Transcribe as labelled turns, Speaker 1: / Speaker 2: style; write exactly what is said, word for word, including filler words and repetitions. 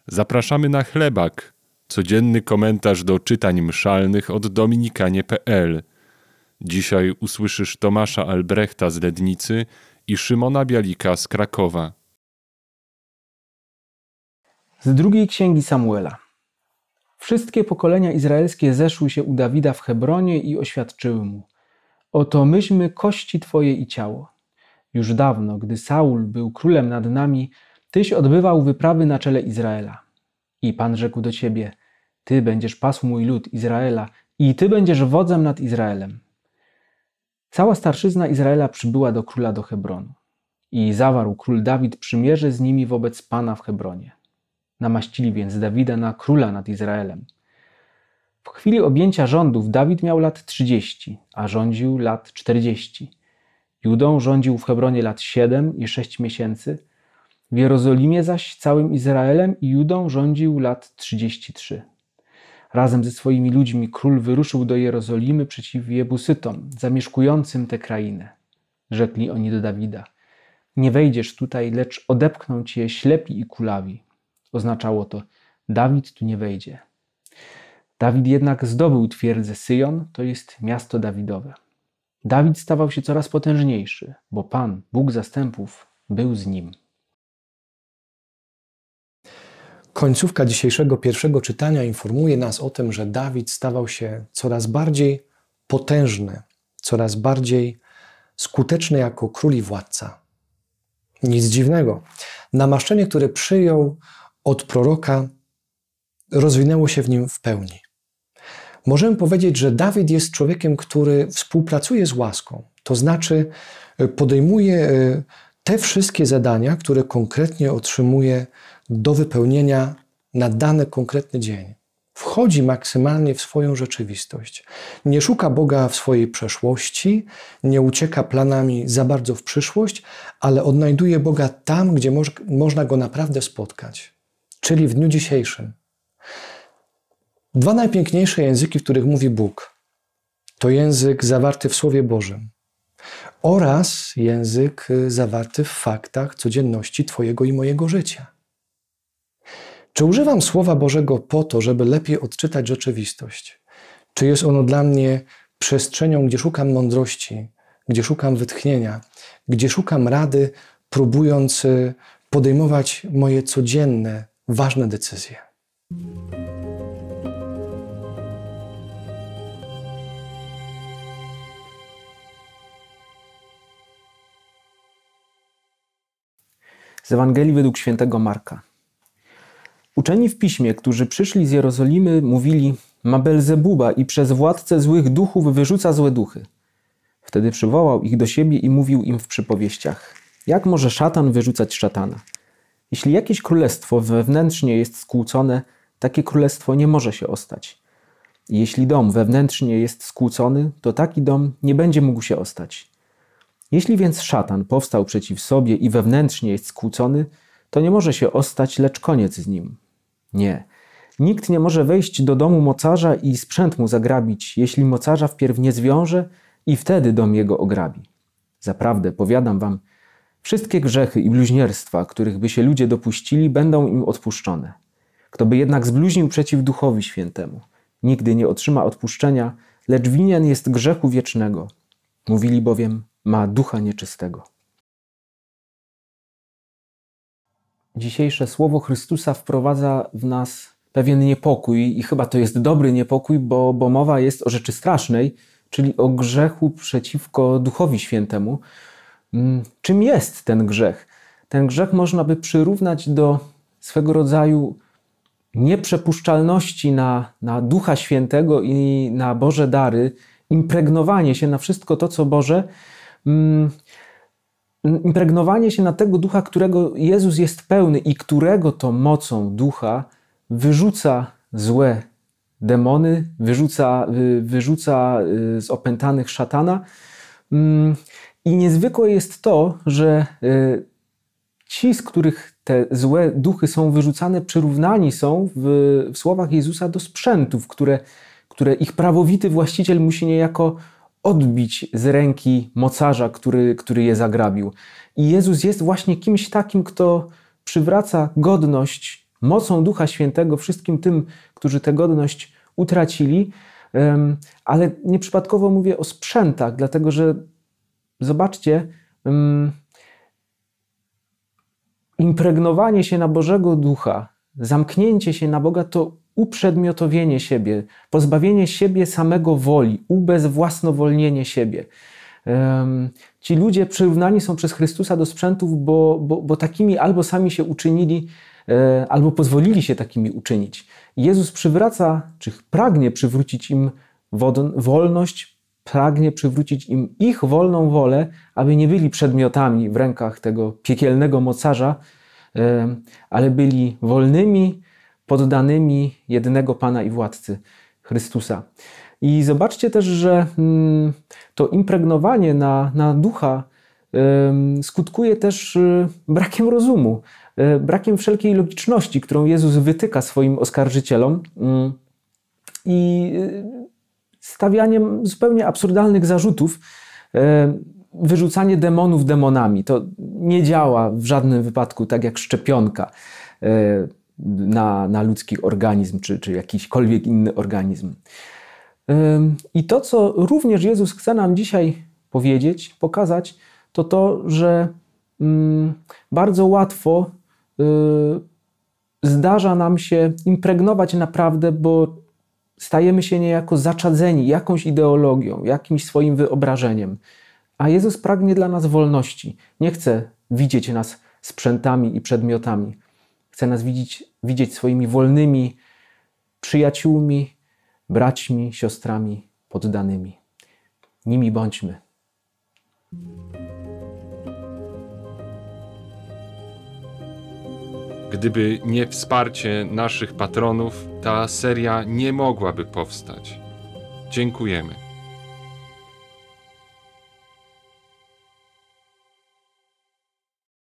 Speaker 1: Zapraszamy na Chlebak, codzienny komentarz do czytań mszalnych od dominikanie kropka pe el. Dzisiaj usłyszysz Tomasza Albrechta z Lednicy i Szymona Bialika z Krakowa.
Speaker 2: Z drugiej księgi Samuela. Wszystkie pokolenia izraelskie zeszły się u Dawida w Hebronie i oświadczyły mu: oto myśmy kości Twoje i ciało. Już dawno, gdy Saul był królem nad nami, Tyś odbywał wyprawy na czele Izraela. I Pan rzekł do Ciebie: Ty będziesz pasł mój lud Izraela i Ty będziesz wodzem nad Izraelem. Cała starszyzna Izraela przybyła do króla do Hebronu. I zawarł król Dawid przymierze z nimi wobec Pana w Hebronie. Namaścili więc Dawida na króla nad Izraelem. W chwili objęcia rządów Dawid miał lat trzydzieści, a rządził lat czterdzieści. Judą rządził w Hebronie lat siedem i sześć miesięcy, w Jerozolimie zaś całym Izraelem i Judą rządził lat trzydzieści trzy. Razem ze swoimi ludźmi król wyruszył do Jerozolimy przeciw Jebusytom, zamieszkującym tę krainę. Rzekli oni do Dawida: nie wejdziesz tutaj, lecz odepchną cię ślepi i kulawi. Oznaczało to: Dawid tu nie wejdzie. Dawid jednak zdobył twierdzę Syjon, to jest miasto Dawidowe. Dawid stawał się coraz potężniejszy, bo Pan, Bóg zastępów, był z nim.
Speaker 3: Końcówka dzisiejszego pierwszego czytania informuje nas o tym, że Dawid stawał się coraz bardziej potężny, coraz bardziej skuteczny jako król i władca. Nic dziwnego. Namaszczenie, które przyjął od proroka, rozwinęło się w nim w pełni. Możemy powiedzieć, że Dawid jest człowiekiem, który współpracuje z łaską, to znaczy podejmuje te wszystkie zadania, które konkretnie otrzymuje do wypełnienia na dany konkretny dzień. Wchodzi maksymalnie w swoją rzeczywistość. Nie szuka Boga w swojej przeszłości, nie ucieka planami za bardzo w przyszłość, ale odnajduje Boga tam, gdzie moż, można Go naprawdę spotkać, czyli w dniu dzisiejszym. Dwa najpiękniejsze języki, w których mówi Bóg, to język zawarty w Słowie Bożym oraz język zawarty w faktach codzienności Twojego i mojego życia. Czy używam Słowa Bożego po to, żeby lepiej odczytać rzeczywistość? Czy jest ono dla mnie przestrzenią, gdzie szukam mądrości, gdzie szukam wytchnienia, gdzie szukam rady, próbując podejmować moje codzienne, ważne decyzje?
Speaker 2: Z Ewangelii według świętego Marka. Uczeni w piśmie, którzy przyszli z Jerozolimy, mówili: ma Belzebuba i przez władcę złych duchów wyrzuca złe duchy. Wtedy przywołał ich do siebie i mówił im w przypowieściach: jak może szatan wyrzucać szatana? Jeśli jakieś królestwo wewnętrznie jest skłócone, takie królestwo nie może się ostać. I jeśli dom wewnętrznie jest skłócony, to taki dom nie będzie mógł się ostać. Jeśli więc szatan powstał przeciw sobie i wewnętrznie jest skłócony, to nie może się ostać, lecz koniec z nim. Nie. Nikt nie może wejść do domu mocarza i sprzęt mu zagrabić, jeśli mocarza wpierw nie zwiąże i wtedy dom jego ograbi. Zaprawdę, powiadam wam, wszystkie grzechy i bluźnierstwa, których by się ludzie dopuścili, będą im odpuszczone. Kto by jednak zbluźnił przeciw Duchowi Świętemu, nigdy nie otrzyma odpuszczenia, lecz winien jest grzechu wiecznego. Mówili bowiem: ma ducha nieczystego. Dzisiejsze słowo Chrystusa wprowadza w nas pewien niepokój i chyba to jest dobry niepokój, bo, bo mowa jest o rzeczy strasznej, czyli o grzechu przeciwko Duchowi Świętemu. Czym jest ten grzech? Ten grzech można by przyrównać do swego rodzaju nieprzepuszczalności na, na Ducha Świętego i na Boże dary, impregnowanie się na wszystko to, co Boże, impregnowanie się na tego Ducha, którego Jezus jest pełny i którego to mocą Ducha wyrzuca złe demony, wyrzuca, wyrzuca z opętanych szatana. I niezwykłe jest to, że ci, z których te złe duchy są wyrzucane, przyrównani są w, w słowach Jezusa do sprzętów, które, które ich prawowity właściciel musi niejako odbić z ręki mocarza, który, który je zagrabił. I Jezus jest właśnie kimś takim, kto przywraca godność mocą Ducha Świętego wszystkim tym, którzy tę godność utracili, ale nieprzypadkowo mówię o sprzętach, dlatego że zobaczcie, impregnowanie się na Bożego Ducha, zamknięcie się na Boga to uprzedmiotowienie siebie, pozbawienie siebie samego woli, ubezwłasnowolnienie siebie. Ci ludzie przyrównani są przez Chrystusa do sprzętów, bo, bo, bo takimi albo sami się uczynili, albo pozwolili się takimi uczynić. Jezus przywraca, czy pragnie przywrócić im wolność, pragnie przywrócić im ich wolną wolę, aby nie byli przedmiotami w rękach tego piekielnego mocarza, ale byli wolnymi, poddanymi jedynego Pana i Władcy, Chrystusa. I zobaczcie też, że to impregnowanie na, na ducha skutkuje też brakiem rozumu, brakiem wszelkiej logiczności, którą Jezus wytyka swoim oskarżycielom i stawianiem zupełnie absurdalnych zarzutów, wyrzucanie demonów demonami. To nie działa w żadnym wypadku tak jak szczepionka na, na ludzki organizm czy, czy jakikolwiek inny organizm. I to, co również Jezus chce nam dzisiaj powiedzieć, pokazać, to to, że bardzo łatwo zdarza nam się impregnować naprawdę, bo stajemy się niejako zaczadzeni jakąś ideologią, jakimś swoim wyobrażeniem. A Jezus pragnie dla nas wolności. Nie chce widzieć nas sprzętami i przedmiotami. Chce nas widzieć, widzieć swoimi wolnymi przyjaciółmi, braćmi, siostrami, poddanymi. Nimi bądźmy.
Speaker 1: Gdyby nie wsparcie naszych patronów, ta seria nie mogłaby powstać. Dziękujemy.